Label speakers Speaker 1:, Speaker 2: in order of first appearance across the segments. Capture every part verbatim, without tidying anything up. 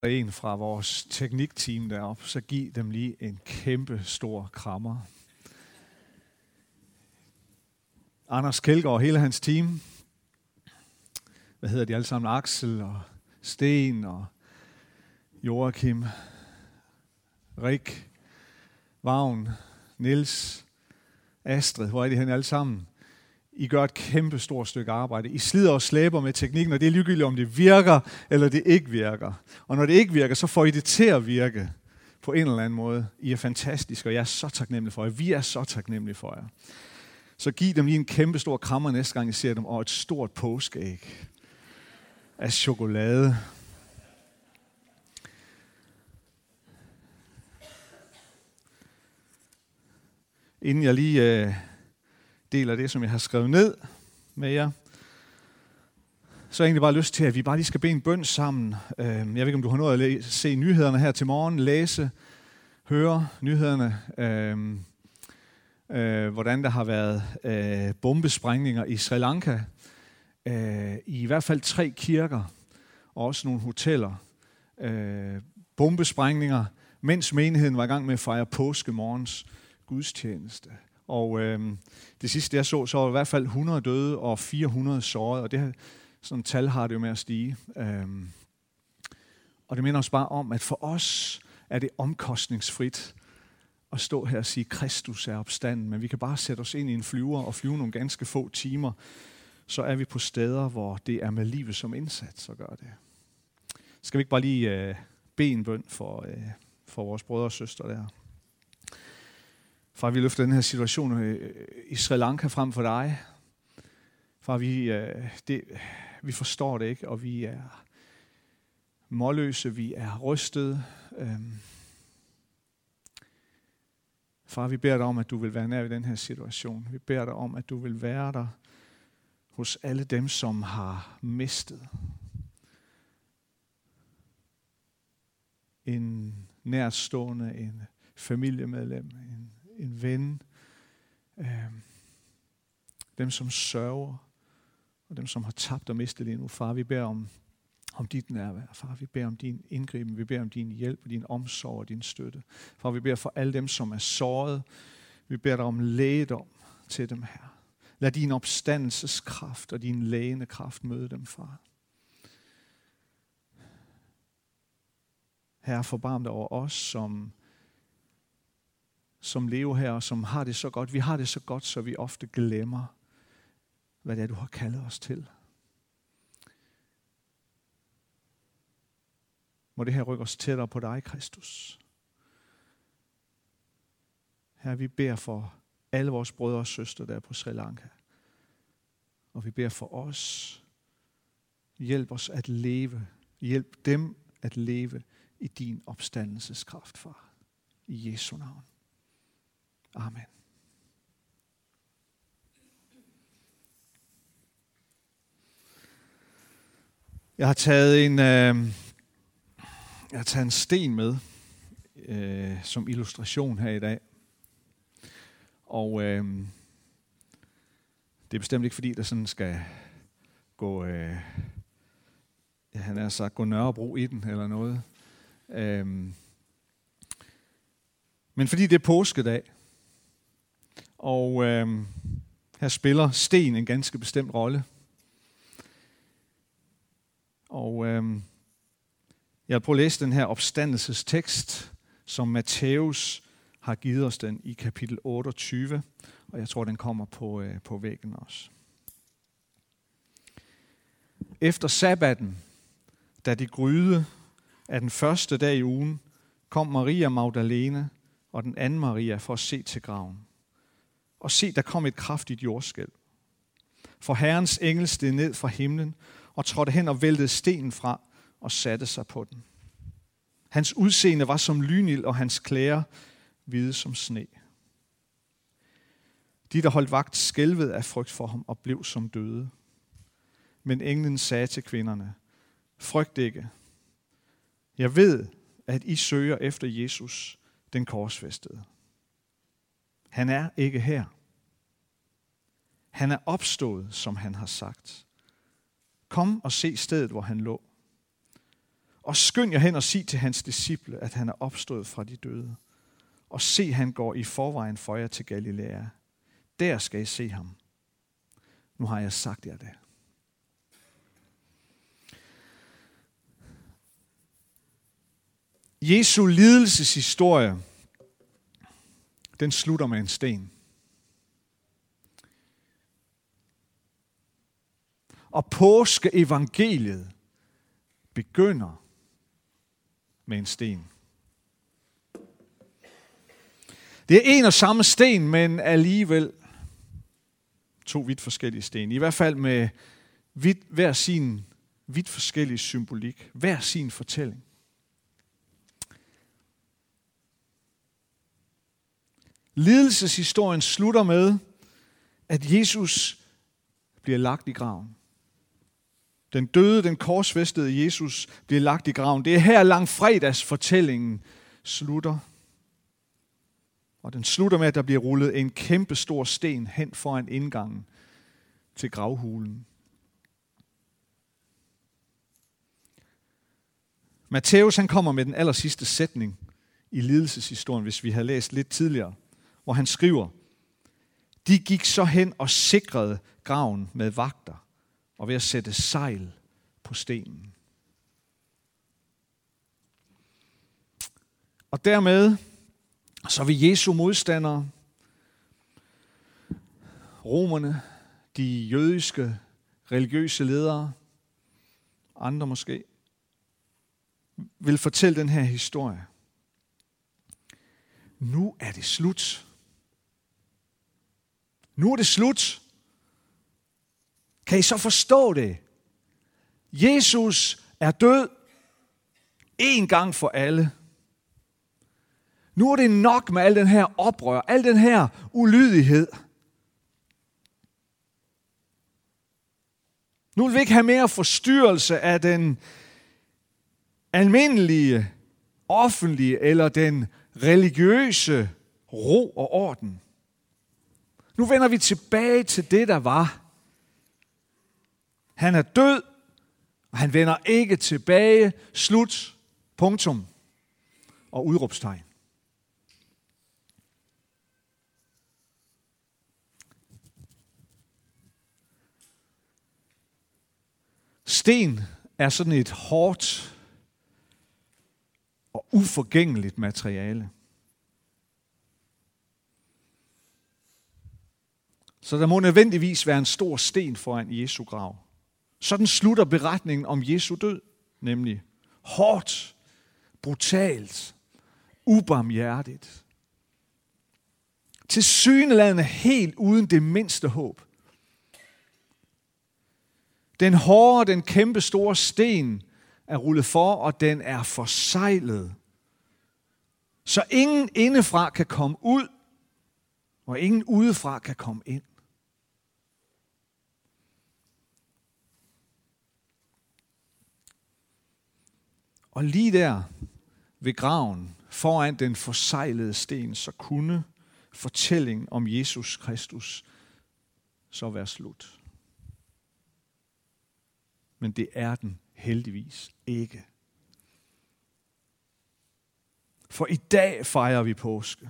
Speaker 1: en fra vores teknikteam deroppe, så giv dem lige en kæmpe stor krammer. Anders Kjeldgaard og hele hans team. Hvad hedder de alle sammen? Axel og Sten og Joachim, Rik, Vagn, Niels, Astrid. Hvor er de henne alle sammen? I gør et kæmpe stort stykke arbejde. I slider og slæber med teknikken, og det er ligegyldigt, om det virker, eller det ikke virker. Og når det ikke virker, så får I det til at virke på en eller anden måde. I er fantastiske, og jeg er så taknemmelig for jer. Vi er så taknemmelige for jer. Så giv dem lige en kæmpe stor krammer næste gang, I ser dem, og et stort påskeæg af chokolade. Inden jeg lige øh, deler det, som jeg har skrevet ned med jer, så har jeg egentlig bare lyst til, at vi bare lige skal bede en bøn sammen. Øh, jeg ved ikke, om du har nået at læse, se nyhederne her til morgen, læse, høre nyhederne, øh, øh, hvordan der har været øh, bombesprængninger i Sri Lanka, øh, i i hvert fald tre kirker, og også nogle hoteller. Øh, bombesprængninger, mens menigheden var i gang med at fejre påskemorgens gudstjeneste. Og øh, det sidste jeg så, så var i hvert fald hundrede døde og fire hundrede sårede, og det her, sådan tal har det jo med at stige. Øh, og det minder os bare om, at for os er det omkostningsfrit at stå her og sige, Kristus er opstanden, men vi kan bare sætte os ind i en flyver og flyve nogle ganske få timer, så er vi på steder, hvor det er med livet som indsats at gøre det. Skal vi ikke bare lige øh, bede en bøn for, øh, for vores brødre og søstre der? Far, vi løfter den her situation øh, i Sri Lanka frem for dig. Far, vi, øh, det, vi forstår det ikke, og vi er målløse, vi er rystede. Øh. Far, vi beder dig om, at du vil være nær i den her situation. Vi beder dig om, at du vil være der hos alle dem, som har mistet en nærstående, en familiemedlem, en, en ven, øh, dem, som sørger, og dem, som har tabt og mistet lige nu. Far, vi beder om, om dit nærvær. Far, vi beder om din indgriben, vi beder om din hjælp, og din omsorg og din støtte. Far, vi beder for alle dem, som er såret. Vi beder dig om lægedom til dem her. Lad din opstandelseskraft og din lægende kraft møde dem, far. Herre, forbarm dig over os, som, som lever her, og som har det så godt. Vi har det så godt, så vi ofte glemmer, hvad det er, du har kaldet os til. Må det her rykke os tættere på dig, Kristus. Herre, vi beder for alle vores brødre og søstre der på Sri Lanka. Og vi beder for os. Hjælp os at leve. Hjælp dem at leve i din opstandelseskraft, far. I Jesu navn. Amen. Jeg har taget en, øh, jeg har taget en sten med øh, som illustration her i dag. Og øh, det er bestemt ikke fordi, der sådan skal gå, øh, ja, han har sagt, gå Nørrebro i den eller noget. Øh, men fordi det er påskedag, og øh, her spiller sten en ganske bestemt rolle. Og øh, jeg vil prøve at læse den her opstandelsestekst, som Matthæus har givet os den i kapitel otteogtyve, og jeg tror, den kommer på, øh, på væggen også. Efter sabbaten, da det gryede af den første dag i ugen, kom Maria Magdalene og den anden Maria for at se til graven. Og se, der kom et kraftigt jordskælv. For Herrens engel steg ned fra himlen og trådte hen og væltede stenen fra og satte sig på den. Hans udseende var som lynild, og hans klæder hvide som sne. De, der holdt vagt, skælvede af frygt for ham og blev som døde. Men englen sagde til kvinderne, frygt ikke. Jeg ved, at I søger efter Jesus, den korsfæstede. Han er ikke her. Han er opstået, som han har sagt. Kom og se stedet, hvor han lå. Og skynd jer hen og sig til hans disciple, at han er opstået fra de døde. Og se, han går i forvejen for jer til Galilea. Der skal I se ham. Nu har jeg sagt jer det. Jesu lidelseshistorie, den slutter med en sten. Og påskeevangeliet begynder med en sten. Det er en og samme sten, men alligevel to vidt forskellige sten. I hvert fald med vidt, hver sin vidt forskellige symbolik. Hver sin fortælling. Lidelseshistorien slutter med, at Jesus bliver lagt i graven. Den døde, den korsfæstede Jesus bliver lagt i graven. Det er her langfredags fortællingen slutter. Og den slutter med, at der bliver rullet en kæmpe stor sten hen foran indgangen til gravhulen. Matthæus han kommer med den aller sidste sætning i lidelseshistorien, hvis vi havde læst lidt tidligere, hvor han skriver, de gik så hen og sikrede graven med vagter og ved at sætte sejl på stenen. Og dermed så vil Jesu modstandere, romerne, de jødiske religiøse ledere, andre måske, vil fortælle den her historie. Nu er det slut. Nu er det slut. Kan I så forstå det? Jesus er død en gang for alle. Nu er det nok med al den her oprør, al den her ulydighed. Nu vil vi ikke have mere forstyrrelse af den almindelige, offentlige eller den religiøse ro og orden. Nu vender vi tilbage til det, der var. Han er død, og han vender ikke tilbage. Slut. Punktum. Og udråbstegn. Sten er sådan et hårdt og uforgængeligt materiale. Så der må nødvendigvis være en stor sten foran Jesu grav. Sådan slutter beretningen om Jesu død, nemlig hårdt, brutalt, ubarmhjertigt. Tilsyneladende helt uden det mindste håb. Den hårde, den kæmpe store sten er rullet for, og den er forseglet. Så ingen indefra kan komme ud, og ingen udefra kan komme ind. Og lige der ved graven, foran den forseglede sten, så kunne fortællingen om Jesus Kristus så være slut. Men det er den heldigvis ikke. For i dag fejrer vi påske.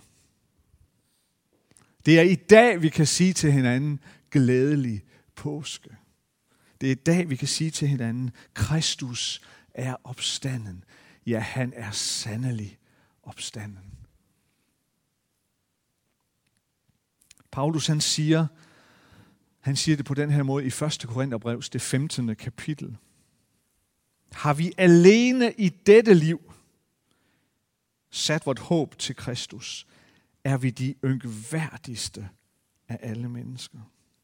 Speaker 1: Det er i dag, vi kan sige til hinanden, glædelig påske. Det er i dag, vi kan sige til hinanden, Kristus er opstanden. Ja, han er sandelig opstanden. Paulus han siger, han siger det på den her måde i første Korinterbrevs, det femtende kapitel. Har vi alene i dette liv sat vort håb til Kristus, er vi de ynkværdigste af alle mennesker.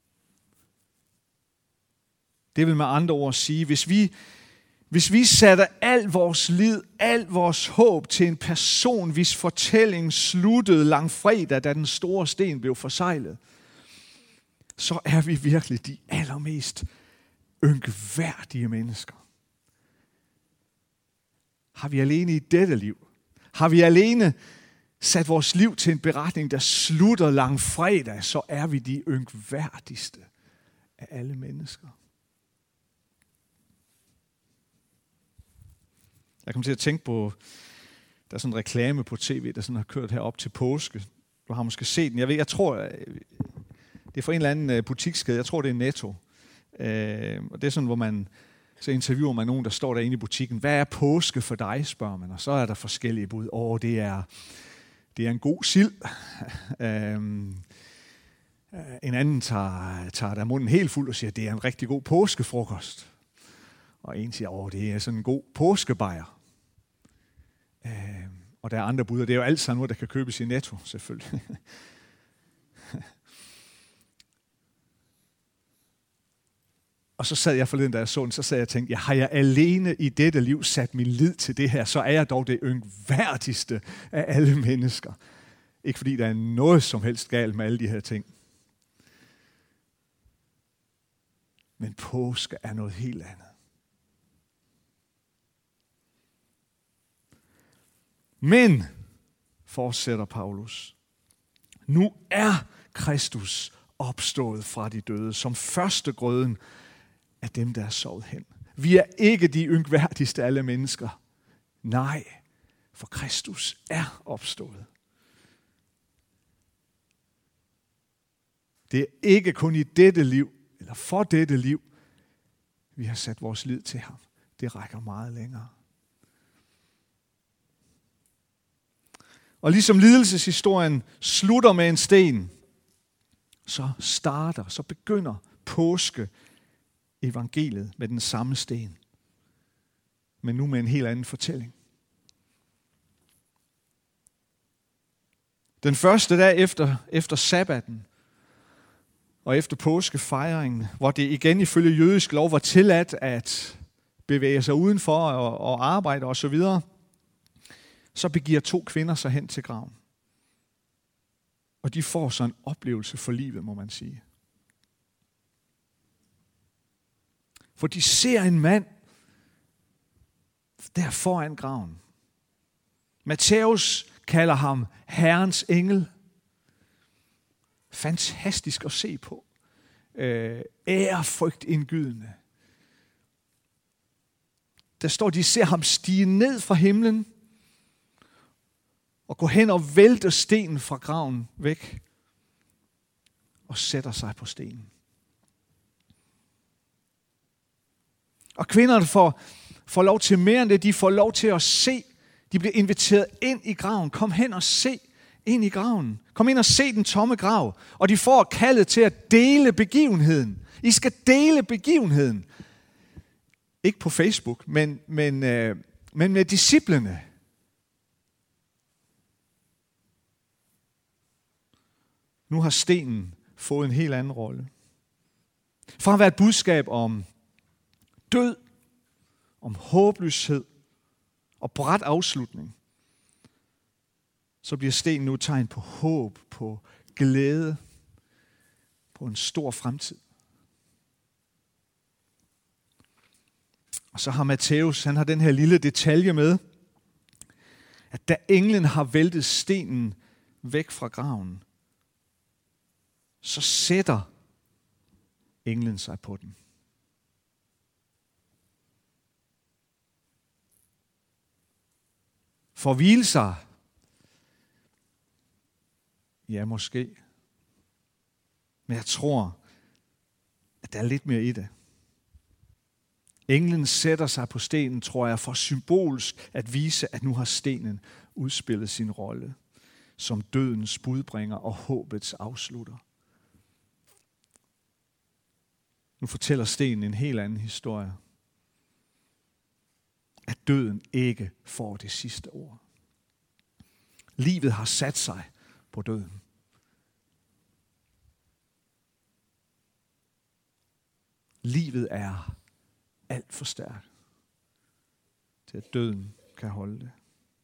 Speaker 1: Det vil med andre ord sige, hvis vi, hvis vi sætter al vores lid, al vores håb til en person, hvis fortælling sluttede langfredag, da den store sten blev forseglet, så er vi virkelig de allermest ynkværdige mennesker. Har vi alene i dette liv, har vi alene sat vores liv til en beretning, der slutter langfredag, så er vi de ynkværdigste af alle mennesker. Jeg kom til at tænke på, der er sådan en reklame på tv, der sådan har kørt herop til påske. Du har måske set den. Jeg ved, jeg tror, det er for en eller anden butikskæde. Jeg tror, det er Netto. Øh, og det er sådan, hvor man, så interviewer man nogen, der står derinde i butikken. Hvad er påske for dig, spørger man. Og så er der forskellige bud. Åh, det er, det er en god sild. øh, en anden tager, tager der munden helt fuld og siger, det er en rigtig god påskefrokost. Og en siger, åh, det er sådan en god påskebajer. Øh, og der er andre bud, og det er jo alt sammen noget, der kan købes i Netto, selvfølgelig. Og så sad jeg forleden, da jeg så den, så sad jeg og tænkte, ja, har jeg alene i dette liv sat min lid til det her, så er jeg dog det yngværdigste af alle mennesker. Ikke fordi der er noget som helst galt med alle de her ting. Men påske er noget helt andet. Men, fortsætter Paulus, nu er Kristus opstået fra de døde som førstegrøden af dem, der er sovet hen. Vi er ikke de yngværdigste af alle mennesker. Nej, for Kristus er opstået. Det er ikke kun i dette liv, eller for dette liv, vi har sat vores lid til ham. Det rækker meget længere. Og ligesom lidelseshistorien slutter med en sten, så starter, så begynder påske evangeliet med den samme sten. Men nu med en helt anden fortælling. Den første dag efter, efter sabbaten og efter påskefejringen, hvor det igen ifølge jødisk lov var tilladt at bevæge sig udenfor og, og arbejde osv., så begiver to kvinder sig hen til graven. Og de får så en oplevelse for livet, må man sige. For de ser en mand der foran graven. Matthæus kalder ham Herrens engel. Fantastisk at se på. Øh, ærefrygtindgydende. Der står, de ser ham stige ned fra himlen og gå hen og vælte stenen fra graven væk og sætter sig på stenen. Og kvinderne får, får lov til mere end det. De får lov til at se. De bliver inviteret ind i graven. Kom hen og se ind i graven. Kom ind og se den tomme grav. Og de får kaldet til at dele begivenheden. I skal dele begivenheden. Ikke på Facebook, men, men, øh, men med disciplene. Nu har stenen fået en helt anden rolle. Fra at være et budskab om død, om håbløshed og brat afslutning, så bliver stenen nu tegn på håb, på glæde, på en stor fremtid. Og så har Matthæus, han har den her lille detalje med, at da englen har væltet stenen væk fra graven, så sætter englen sig på den. For at hvile sig? Ja, måske. Men jeg tror, at der er lidt mere i det. Englen sætter sig på stenen, tror jeg, for symbolsk at vise, at nu har stenen udspillet sin rolle som dødens budbringer og håbets afslutter. Nu fortæller stenen en helt anden historie. At døden ikke får det sidste ord. Livet har sat sig på døden. Livet er alt for stærkt til at døden kan holde det.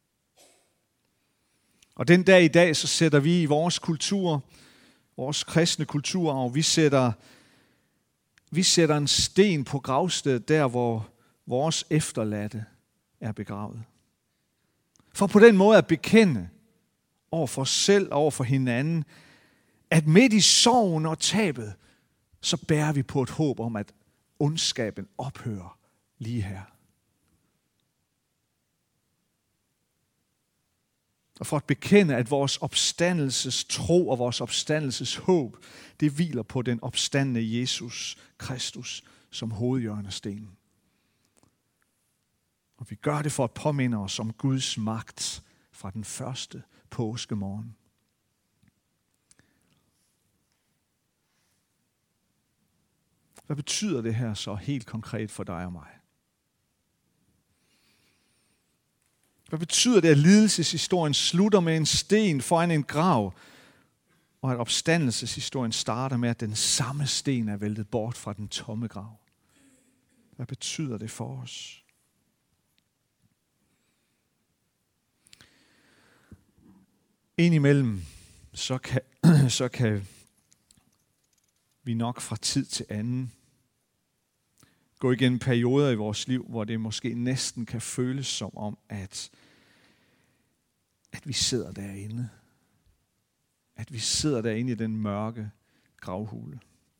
Speaker 1: Og den dag i dag, så sætter vi i vores kultur, vores kristne kulturarv, vi sætter, vi sætter en sten på gravstedet der, hvor vores efterladte er begravet. For på den måde at bekende over for os selv, over for hinanden, at midt i sorgen og tabet, så bærer vi på et håb om, at ondskaben ophører lige her. Og for at bekende, at vores opstandelses tro og vores opstandelses håb, det hviler på den opstandne Jesus Kristus som hovedhjørnestenen. Og vi gør det for at påminde os om Guds magt fra den første påskemorgen. Hvad betyder det her så helt konkret for dig og mig? Hvad betyder det, at lidelseshistorien slutter med en sten foran en grav, og at opstandelseshistorien starter med, at den samme sten er væltet bort fra den tomme grav? Hvad betyder det for os? Indimellem, så kan, så kan vi nok fra tid til anden gå igennem perioder i vores liv, hvor det måske næsten kan føles som om, at, at vi sidder derinde. At vi sidder derinde i den mørke gravhule.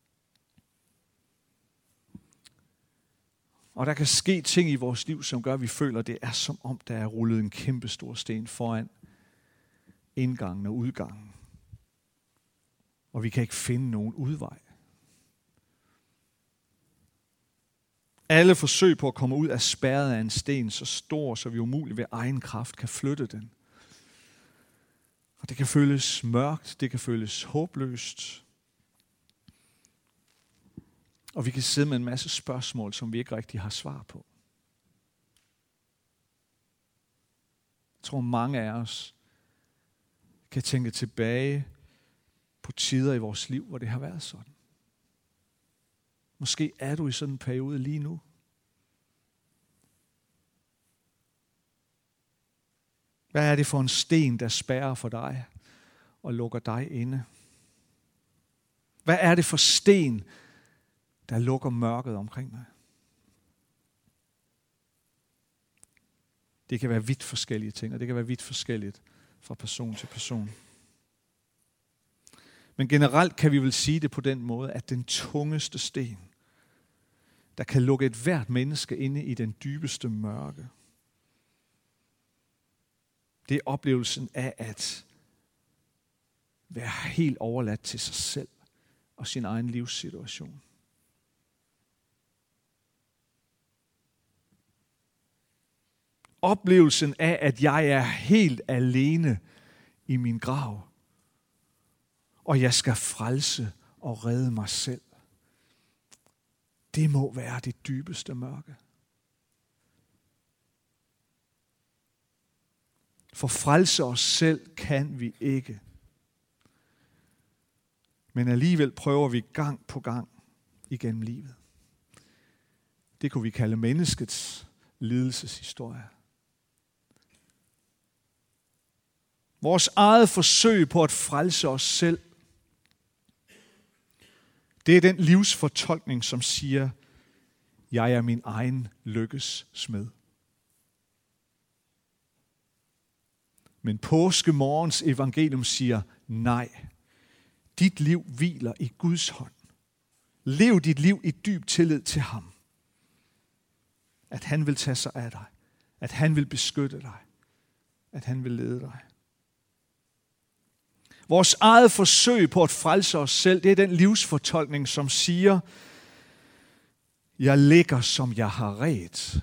Speaker 1: Og der kan ske ting i vores liv, som gør, at vi føler, at det er som om, der er rullet en kæmpe stor sten foran indgangen og udgangen. Og vi kan ikke finde nogen udvej. Alle forsøg på at komme ud af spærret af en sten så stor, så vi umuligt ved egen kraft kan flytte den. Og det kan føles mørkt, det kan føles håbløst. Og vi kan sidde med en masse spørgsmål, som vi ikke rigtig har svar på. Jeg tror, mange af os kan tænke tilbage på tider i vores liv, hvor det har været sådan. Måske er du i sådan en periode lige nu. Hvad er det for en sten, der spærrer for dig og lukker dig inde? Hvad er det for sten, der lukker mørket omkring dig? Det kan være vidt forskellige ting, og det kan være vidt forskelligt fra person til person. Men generelt kan vi vel sige det på den måde, at den tungeste sten, der kan lukke et hvert menneske inde i den dybeste mørke, det er oplevelsen af at være helt overladt til sig selv og sin egen livssituation. Oplevelsen af, at jeg er helt alene i min grav, og jeg skal frelse og redde mig selv. Det må være det dybeste mørke. For frelse os selv kan vi ikke. Men alligevel prøver vi gang på gang igennem livet. Det kunne vi kalde menneskets lidelseshistorie. Vores eget forsøg på at frelse os selv, det er den livsfortolkning, som siger, jeg er min egen lykkes smed. Men påskemorgens evangelium siger, nej, dit liv hviler i Guds hånd. Lev dit liv i dyb tillid til ham. At han vil tage sig af dig. At han vil beskytte dig. At han vil lede dig. Vores eget forsøg på at frelse os selv, det er den livsfortolkning, som siger, jeg ligger, som jeg har redt.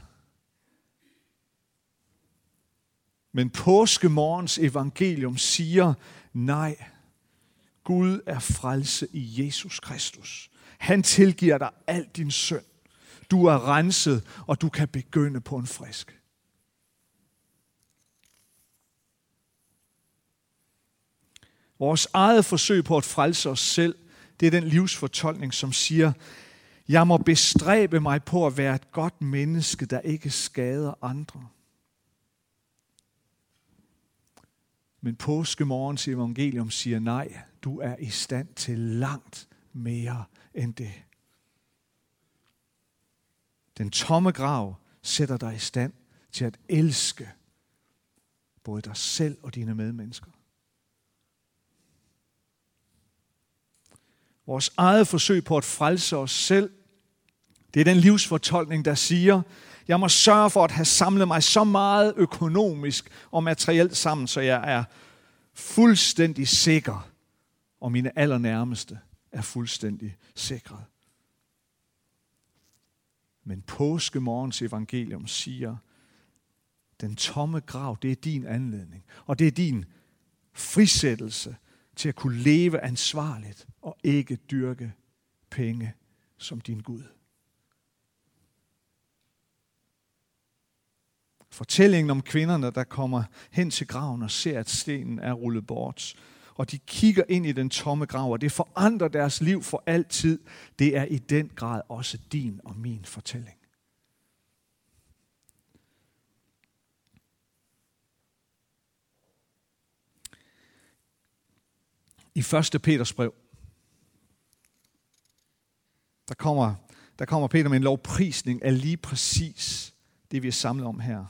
Speaker 1: Men påskemorgens evangelium siger, nej, Gud er frelse i Jesus Kristus. Han tilgiver dig al din synd. Du er renset, og du kan begynde på en frisk. Vores eget forsøg på at frelse os selv, det er den livsfortolkning, som siger, jeg må bestræbe mig på at være et godt menneske, der ikke skader andre. Men påskemorgens evangelium siger nej, du er i stand til langt mere end det. Den tomme grav sætter dig i stand til at elske både dig selv og dine medmennesker. Vores eget forsøg på at frelse os selv, det er den livsfortolkning, der siger, Jeg må sørge for at have samlet mig så meget økonomisk og materielt sammen, så jeg er fuldstændig sikker, og mine allernærmeste er fuldstændig sikret. Men påskemorgens evangelium siger, den tomme grav, det er din anledning, og det er din frisættelse til at kunne leve ansvarligt og ikke dyrke penge som din Gud. Fortællingen om kvinderne, der kommer hen til graven og ser, at stenen er rullet bort, og de kigger ind i den tomme grav, og det forandrer deres liv for altid. Det er i den grad også din og min fortælling. I første Peters brev, der kommer, der kommer Peter med en lovprisning af lige præcis det, vi er samlet om her.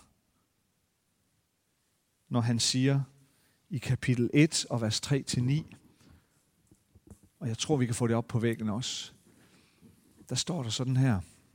Speaker 1: Når han siger i kapitel et og vers tre til ni, og jeg tror, vi kan få det op på væggen også, der står der sådan her.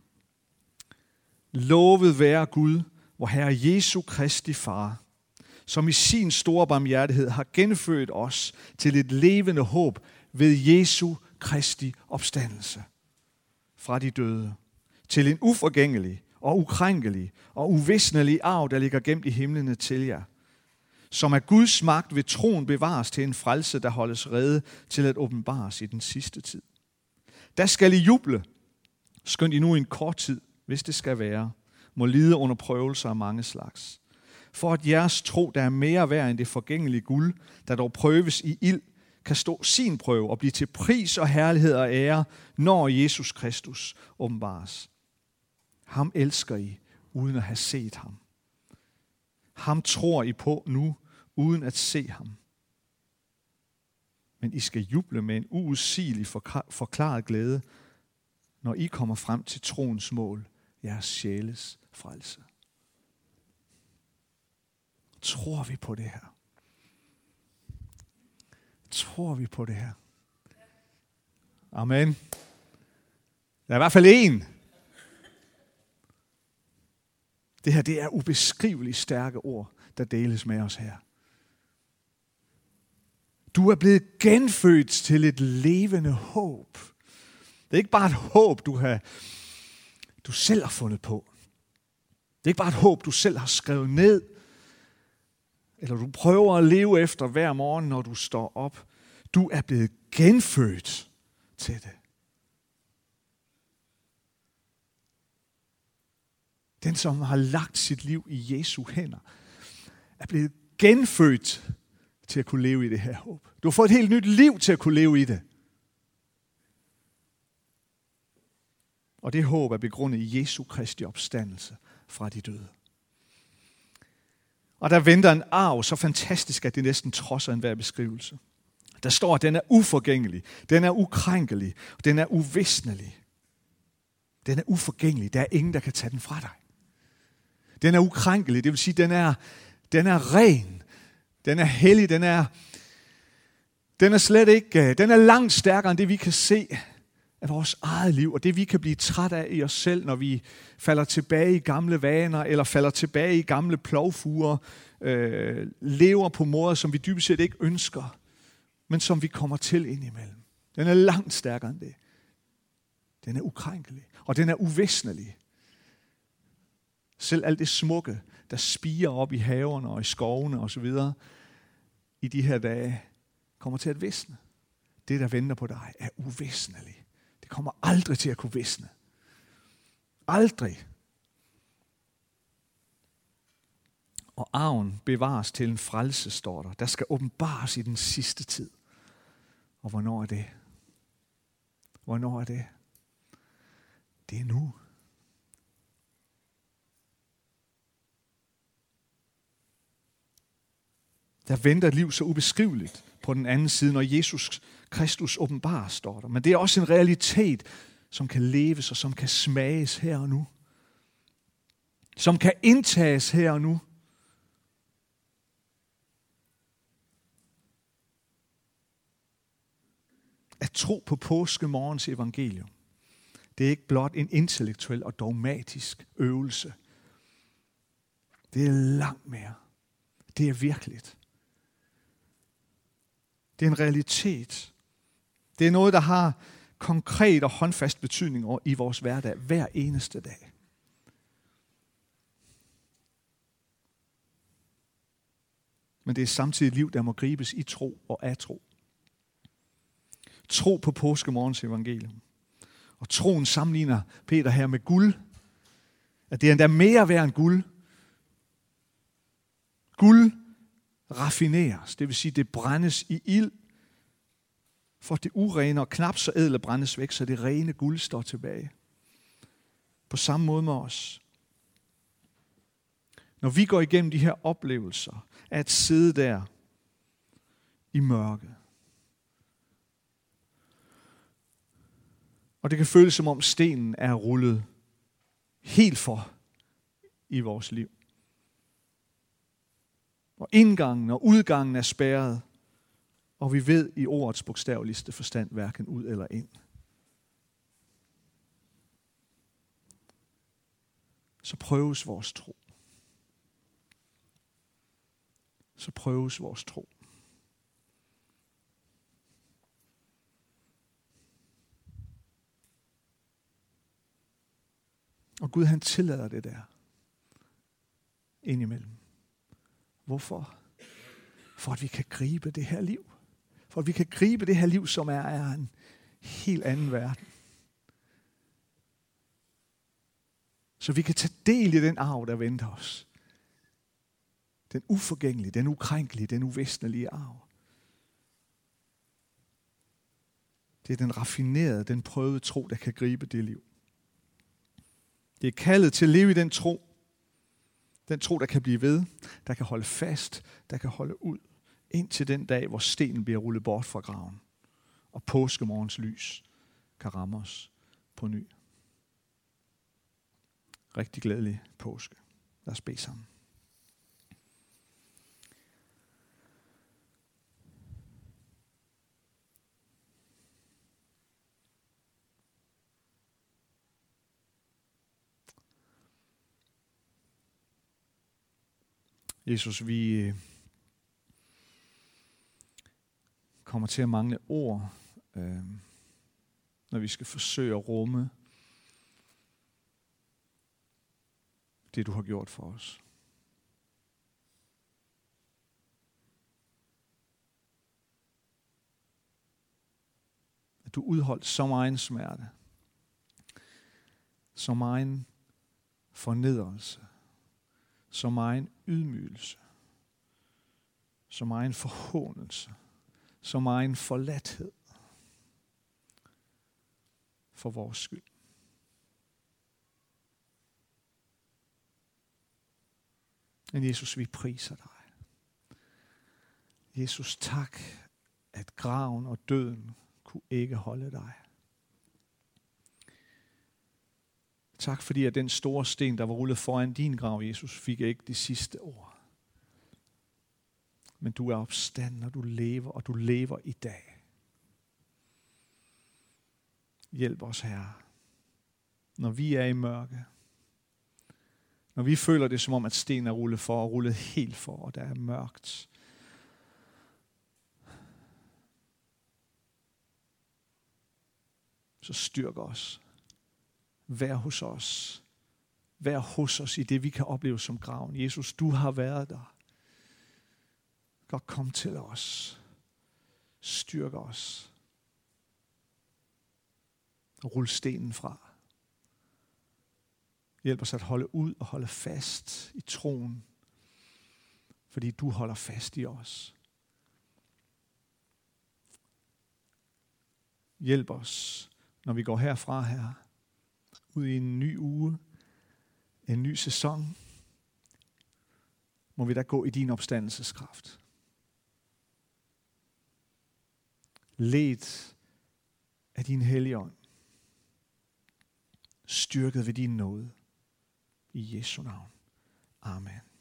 Speaker 1: Lovet være Gud, vor Herre Jesu Kristi Far, som i sin store barmhjertighed har genfødt os til et levende håb ved Jesu Kristi opstandelse fra de døde, til en uforgængelig og ukrænkelig og uvisnelig arv, der ligger gemt i himlene til jer, som af Guds magt ved troen bevares til en frelse, der holdes rede til at åbenbares i den sidste tid. Der skal I juble, skønt I nu i en kort tid, hvis det skal være, må lide under prøvelser af mange slags. For at jeres tro, der er mere værd end det forgængelige guld, der dog prøves i ild, kan stå sin prøve og blive til pris og herlighed og ære, når Jesus Kristus åbenbares. Ham elsker I, uden at have set ham. Ham tror I på nu, uden at se ham. Men I skal juble med en uudsigelig forklaret glæde, når I kommer frem til troens mål, jeres sjæles frelse. Tror vi på det her? Tror vi på det her? Amen. Der er i hvert fald en. Det her, det er ubeskriveligt stærke ord, der deles med os her. Du er blevet genfødt til et levende håb. Det er ikke bare et håb, du, har, du selv har fundet på. Det er ikke bare et håb, du selv har skrevet ned, eller du prøver at leve efter hver morgen, når du står op. Du er blevet genfødt til det. Den, som har lagt sit liv i Jesu hænder, er blevet genfødt til at kunne leve i det her håb. Du har fået et helt nyt liv til at kunne leve i det. Og det håb er begrundet i Jesu Kristi opstandelse fra de døde. Og der venter en arv så fantastisk, at det næsten trodser enhver beskrivelse. Der står, at den er uforgængelig, den er ukrænkelig, den er uvisnelig. Den er uforgængelig, der er ingen, der kan tage den fra dig. Den er ukrænkelig, det vil sige, den er, den er ren, den er hellig, den er, den er slet ikke, den er langt stærkere end det, vi kan se af vores eget liv, og det vi kan blive træt af i os selv, når vi falder tilbage i gamle vaner, eller falder tilbage i gamle plovfuger, øh, lever på måder, som vi dybest set ikke ønsker, men som vi kommer til indimellem. Den er langt stærkere end det. Den er ukrænkelig, og den er uvisnelig. Selv alt det smukke, der spiger op i haverne og i skovene osv., i de her dage, kommer til at visne. Det, der venter på dig, er uvisneligt. Det kommer aldrig til at kunne visne. Aldrig. Og arven bevares til en frelse, står der. Der skal åbenbares i den sidste tid. Og hvornår er det? Hvornår er det? Det er nu. Der venter et liv så ubeskriveligt på den anden side, når Jesus Kristus åbenbarer, står der. Men det er også en realitet, som kan leves og som kan smages her og nu. Som kan indtages her og nu. At tro på påskemorgens evangelium, det er ikke blot en intellektuel og dogmatisk øvelse Det er langt mere. Det er virkeligt. Det er en realitet. Det er noget, der har konkret og håndfast betydning i vores hverdag hver eneste dag. Men det er samtidig et liv, der må gribes i tro og af tro. Tro på påskemorgens evangelium. Og troen sammenligner Peter her med guld. At det er endda mere værd end guld. Guld raffineres, det vil sige, det brændes i ild, for det urene og knap så ædle brændes væk, så det rene guld står tilbage. På samme måde med os. Når vi går igennem de her oplevelser af at sidde der i mørket, og det kan føles som om stenen er rullet helt for i vores liv. Og indgangen og udgangen er spærret, og vi ved i ordets bogstaveligste forstand hverken ud eller ind. Så prøves vores tro. Så prøves vores tro. Og Gud, han tillader det der indimellem. Hvorfor? For at vi kan gribe det her liv. For at vi kan gribe det her liv, som er, er en helt anden verden. Så vi kan tage del i den arv, der venter os. Den uforgængelige, den ukrænkelige, den uvæsentlige arv. Det er den raffinerede, den prøvede tro, der kan gribe det liv. Det er kaldet til at leve i den tro. Den tro, der kan blive ved, der kan holde fast, der kan holde ud, indtil den dag, hvor stenen bliver rullet bort fra graven, og påskemorgens lys kan ramme os på ny. Rigtig glædelig påske. Lad os bede sammen. Jesus, vi kommer til at mangle ord, øh, når vi skal forsøge at rumme det, du har gjort for os. At du udholdt så meget smerte, så meget fornedrelse, så meget ydmygelse, så meget forhånelse, så meget forladthed for vores skyld. Men Jesus, vi priser dig. Jesus, tak, at graven og døden kunne ikke holde dig. Tak fordi, at den store sten, der var rullet foran din grav, Jesus, fik ikke det sidste ord. Men du er opstanden, og du lever, og du lever i dag. Hjælp os, Herre, når vi er i mørke. Når vi føler det som om, at stenen er rullet for, og rullet helt for, og der er mørkt. Så styrk os. Vær hos os. Vær hos os i det, vi kan opleve som graven. Jesus, du har været der. Godt kom til os. Styrk os. Og rul stenen fra. Hjælp os at holde ud og holde fast i troen. Fordi du holder fast i os. Hjælp os, når vi går herfra her, ud i en ny uge, en ny sæson, må vi da gå i din opstandelseskraft. Ledt af din Helligånd. Styrket ved din nåde. I Jesu navn. Amen.